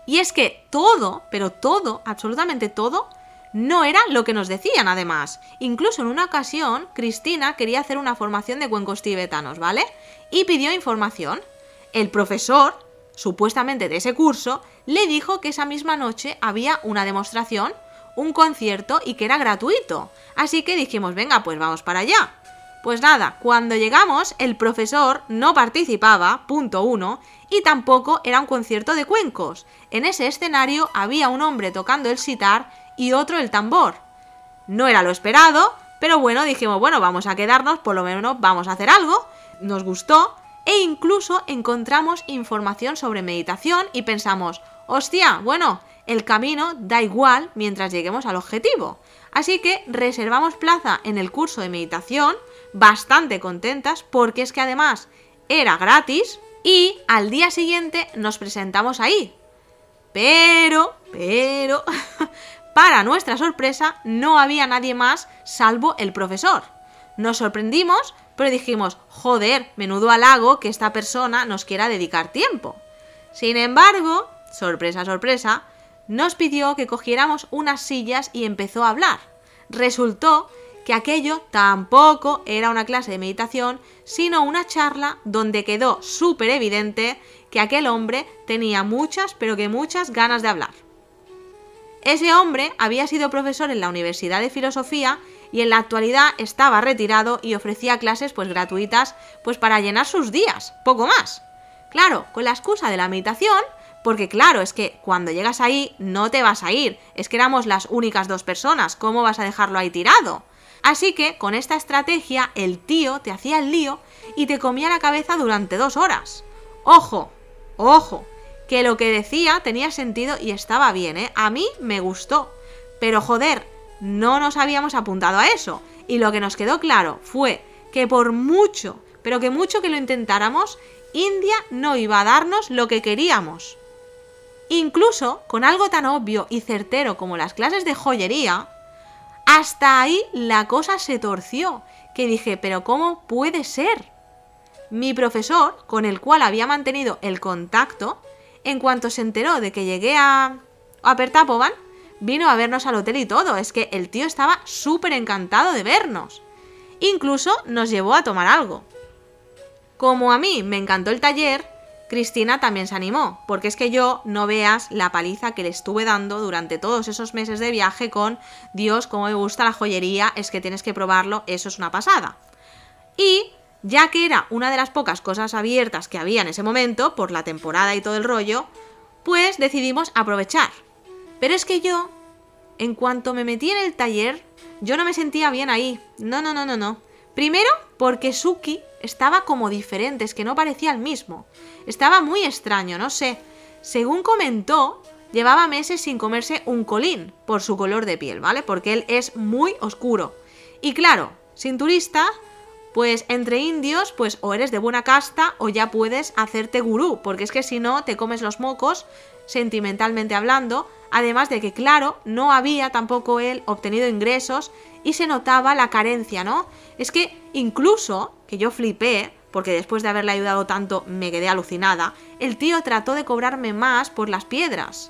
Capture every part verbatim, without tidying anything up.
Y es que todo, pero todo, absolutamente todo, no era lo que nos decían además. Incluso en una ocasión, Cristina quería hacer una formación de cuencos tibetanos, ¿vale? Y pidió información. El profesor, supuestamente de ese curso, le dijo que esa misma noche había una demostración, un concierto y que era gratuito. Así que dijimos, venga, pues vamos para allá. Pues nada, cuando llegamos, el profesor no participaba, punto uno, y tampoco era un concierto de cuencos. En ese escenario había un hombre tocando el sitar y otro el tambor. No era lo esperado, pero bueno, dijimos, bueno, vamos a quedarnos, por lo menos vamos a hacer algo. Nos gustó e incluso encontramos información sobre meditación y pensamos, hostia, bueno, el camino da igual mientras lleguemos al objetivo. Así que reservamos plaza en el curso de meditación, bastante contentas porque es que además era gratis y al día siguiente nos presentamos ahí. Pero, pero, para nuestra sorpresa no había nadie más salvo el profesor. Nos sorprendimos, pero dijimos, joder, menudo halago que esta persona nos quiera dedicar tiempo. Sin embargo, sorpresa, sorpresa, nos pidió que cogiéramos unas sillas y empezó a hablar. Resultó que aquello tampoco era una clase de meditación, sino una charla donde quedó súper evidente que aquel hombre tenía muchas, pero que muchas ganas de hablar. Ese hombre había sido profesor en la Universidad de Filosofía y en la actualidad estaba retirado y ofrecía clases pues gratuitas pues para llenar sus días, poco más. Claro, con la excusa de la meditación, porque claro, es que cuando llegas ahí no te vas a ir, es que éramos las únicas dos personas, ¿cómo vas a dejarlo ahí tirado? Así que con esta estrategia el tío te hacía el lío y te comía la cabeza durante dos horas. Ojo, ojo, que lo que decía tenía sentido y estaba bien, ¿eh? A mí me gustó, pero joder, no nos habíamos apuntado a eso. Y lo que nos quedó claro fue que por mucho, pero que mucho que lo intentáramos, India no iba a darnos lo que queríamos. Incluso con algo tan obvio y certero como las clases de joyería, hasta ahí la cosa se torció, que dije, pero ¿cómo puede ser? Mi profesor, con el cual había mantenido el contacto, en cuanto se enteró de que llegué a, a Pertapovan, vino a vernos al hotel y todo. Es que el tío estaba súper encantado de vernos. Incluso nos llevó a tomar algo. Como a mí me encantó el taller, Cristina también se animó, porque es que yo no veas la paliza que le estuve dando durante todos esos meses de viaje con Dios, cómo me gusta la joyería, es que tienes que probarlo, eso es una pasada. Y ya que era una de las pocas cosas abiertas que había en ese momento, por la temporada y todo el rollo, pues decidimos aprovechar. Pero es que yo, en cuanto me metí en el taller, yo no me sentía bien ahí. No, no, no, no, no. Primero, porque Suki estaba como diferente, es que no parecía el mismo. Estaba muy extraño, no sé. Según comentó, llevaba meses sin comerse un colín por su color de piel, ¿vale? Porque él es muy oscuro. Y claro, sin turista, pues entre indios, pues o eres de buena casta o ya puedes hacerte gurú, porque es que si no te comes los mocos, sentimentalmente hablando, además de que claro, no había tampoco él obtenido ingresos y se notaba la carencia, ¿no? Es que incluso, que yo flipé, porque después de haberle ayudado tanto me quedé alucinada, el tío trató de cobrarme más por las piedras.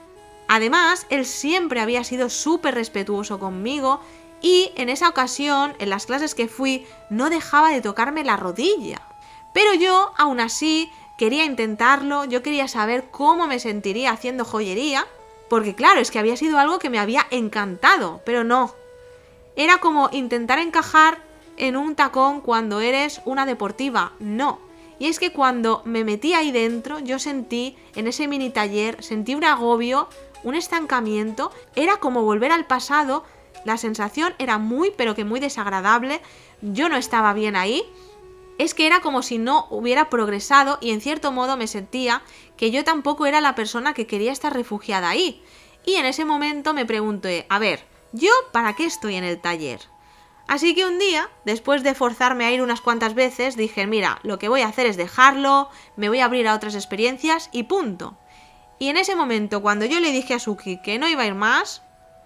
Además, él siempre había sido súper respetuoso conmigo y en esa ocasión, en las clases que fui, no dejaba de tocarme la rodilla. Pero yo, aún así, quería intentarlo, yo quería saber cómo me sentiría haciendo joyería, porque claro, es que había sido algo que me había encantado, pero no. Era como intentar encajar en un tacón cuando eres una deportiva, no. Y es que cuando me metí ahí dentro, yo sentí, en ese mini taller, sentí un agobio, un estancamiento, era como volver al pasado, la sensación era muy, pero que muy desagradable, yo no estaba bien ahí. Es que era como si no hubiera progresado y en cierto modo me sentía que yo tampoco era la persona que quería estar refugiada ahí. Y en ese momento me pregunté, a ver, ¿yo para qué estoy en el taller? Así que un día, después de forzarme a ir unas cuantas veces, dije, mira, lo que voy a hacer es dejarlo, me voy a abrir a otras experiencias y punto. Y en ese momento, cuando yo le dije a Suki que no iba a ir más,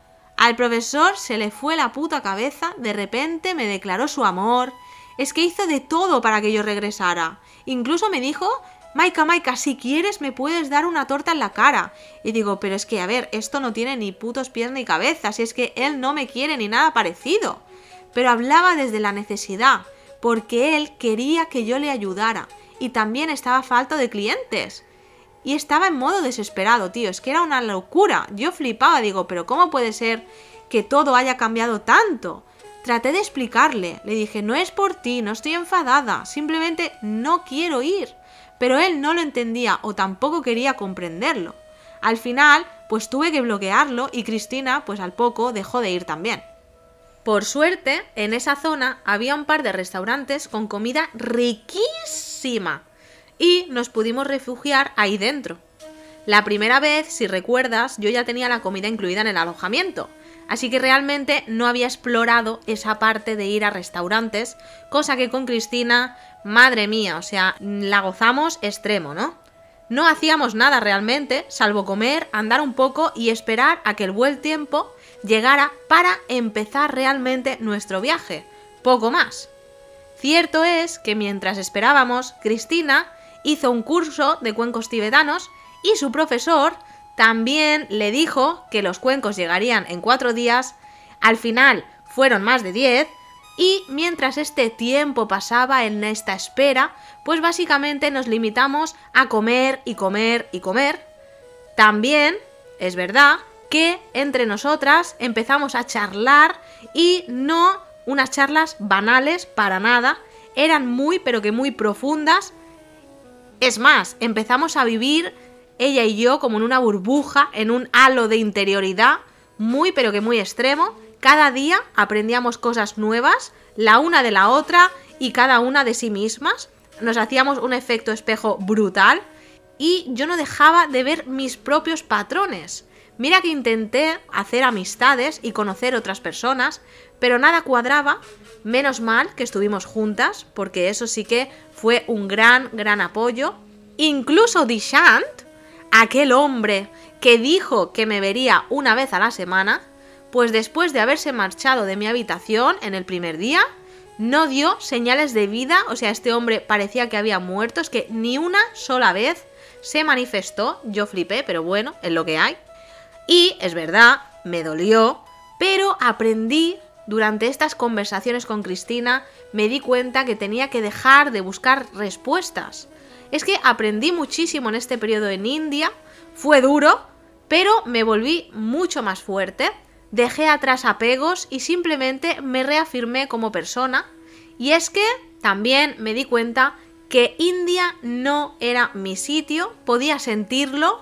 al profesor se le fue la puta cabeza, de repente me declaró su amor. Es que hizo de todo para que yo regresara. Incluso me dijo Maika, Maika, si quieres me puedes dar una torta en la cara. Y digo, pero es que, a ver, esto no tiene ni putos pies ni cabeza, si es que él no me quiere ni nada parecido. Pero hablaba desde la necesidad, porque él quería que yo le ayudara. Y también estaba falto de clientes. Y estaba en modo desesperado, tío, es que era una locura. Yo flipaba, digo, pero ¿cómo puede ser que todo haya cambiado tanto? Traté de explicarle, le dije, no es por ti, no estoy enfadada, simplemente no quiero ir. Pero él no lo entendía o tampoco quería comprenderlo. Al final, pues tuve que bloquearlo y Cristina, pues al poco, dejó de ir también. Por suerte, en esa zona había un par de restaurantes con comida riquísima y nos pudimos refugiar ahí dentro. La primera vez, si recuerdas, yo ya tenía la comida incluida en el alojamiento, así que realmente no había explorado esa parte de ir a restaurantes, cosa que con Cristina, madre mía, o sea, la gozamos extremo, ¿no? No hacíamos nada realmente, salvo comer, andar un poco y esperar a que el buen tiempo llegara para empezar realmente nuestro viaje, poco más. Cierto es que mientras esperábamos, Cristina hizo un curso de cuencos tibetanos y su profesor también le dijo que los cuencos llegarían en cuatro días, al final fueron más de diez, y mientras este tiempo pasaba en esta espera, pues básicamente nos limitamos a comer y comer y comer. También es verdad que entre nosotras empezamos a charlar y no unas charlas banales para nada, eran muy pero que muy profundas. Es más, empezamos a vivir ella y yo como en una burbuja, en un halo de interioridad muy pero que muy extremo. Cada día aprendíamos cosas nuevas, la una de la otra y cada una de sí mismas. Nos hacíamos un efecto espejo brutal y yo no dejaba de ver mis propios patrones. Mira que intenté hacer amistades y conocer otras personas, pero nada cuadraba. Menos mal que estuvimos juntas, porque eso sí que fue un gran, gran apoyo. Incluso Dishant, aquel hombre que dijo que me vería una vez a la semana, pues después de haberse marchado de mi habitación en el primer día, no dio señales de vida, o sea, este hombre parecía que había muerto, es que ni una sola vez se manifestó. Yo flipé, pero bueno, es lo que hay. Y es verdad, me dolió, pero aprendí durante estas conversaciones con Cristina, me di cuenta que tenía que dejar de buscar respuestas. Es que aprendí muchísimo en este periodo en India, fue duro, pero me volví mucho más fuerte, dejé atrás apegos y simplemente me reafirmé como persona. Y es que también me di cuenta que India no era mi sitio, podía sentirlo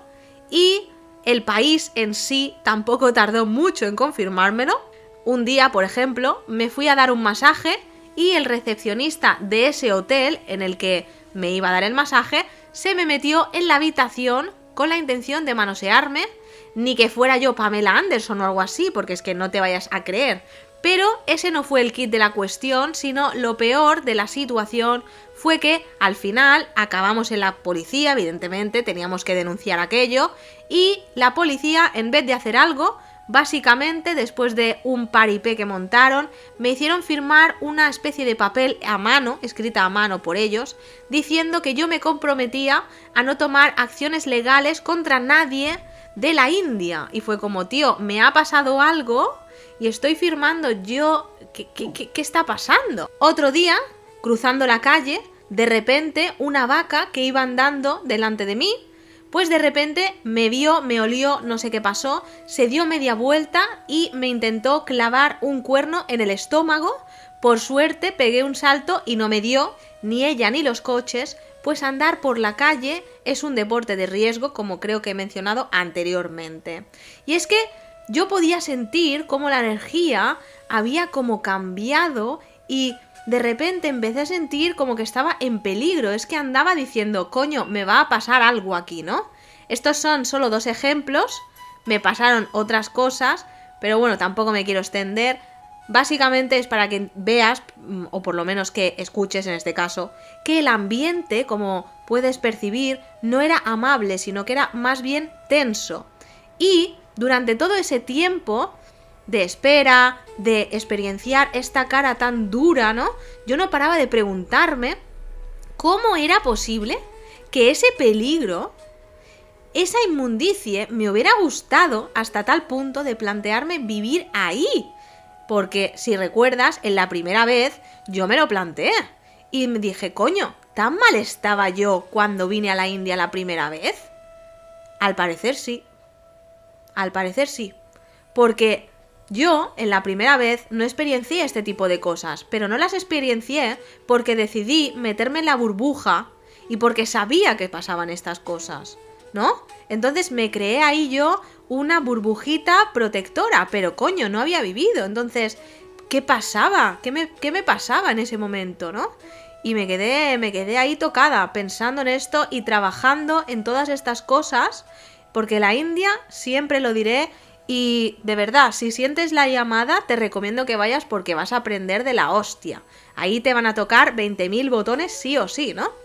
y el país en sí tampoco tardó mucho en confirmármelo. Un día, por ejemplo, me fui a dar un masaje y el recepcionista de ese hotel en el que me iba a dar el masaje se me metió en la habitación con la intención de manosearme, ni que fuera yo Pamela Anderson o algo así, porque es que no te vayas a creer. Pero ese no fue el kit de la cuestión, sino lo peor de la situación fue que al final acabamos en la policía, evidentemente teníamos que denunciar aquello, y la policía, en vez de hacer algo, básicamente después de un paripé que montaron, me hicieron firmar una especie de papel a mano, escrita a mano por ellos, diciendo que yo me comprometía a no tomar acciones legales contra nadie de la India. Y fue como, tío, me ha pasado algo y estoy firmando yo, ¿qué, qué, qué, qué está pasando? Otro día, cruzando la calle, de repente una vaca que iba andando delante de mí, pues de repente me vio, me olió, no sé qué pasó, se dio media vuelta y me intentó clavar un cuerno en el estómago. Por suerte pegué un salto y no me dio, ni ella ni los coches, pues andar por la calle es un deporte de riesgo, como creo que he mencionado anteriormente. Y es que yo podía sentir cómo la energía había como cambiado y de repente empecé a sentir como que estaba en peligro. Es que andaba diciendo, coño, me va a pasar algo aquí, ¿no? Estos son solo dos ejemplos, me pasaron otras cosas, pero bueno, tampoco me quiero extender. Básicamente es para que veas, o por lo menos que escuches en este caso, que el ambiente, como puedes percibir, no era amable, sino que era más bien tenso. Y durante todo ese tiempo de espera, de experienciar esta cara tan dura, ¿no? Yo no paraba de preguntarme cómo era posible que ese peligro, esa inmundicie, me hubiera gustado hasta tal punto de plantearme vivir ahí. Porque, si recuerdas, en la primera vez yo me lo planteé. Y me dije, coño, ¿tan mal estaba yo cuando vine a la India la primera vez? Al parecer sí. Al parecer sí. Porque yo, en la primera vez, no experiencié este tipo de cosas. Pero no las experiencié porque decidí meterme en la burbuja y porque sabía que pasaban estas cosas, ¿no? Entonces me creé ahí yo una burbujita protectora, pero coño, no había vivido. Entonces, ¿qué pasaba? ¿Qué me, qué me pasaba en ese momento, no? Y me quedé, me quedé ahí tocada, pensando en esto y trabajando en todas estas cosas, porque la India, siempre lo diré, y de verdad, si sientes la llamada, te recomiendo que vayas porque vas a aprender de la hostia. Ahí te van a tocar veinte mil botones sí o sí, ¿no?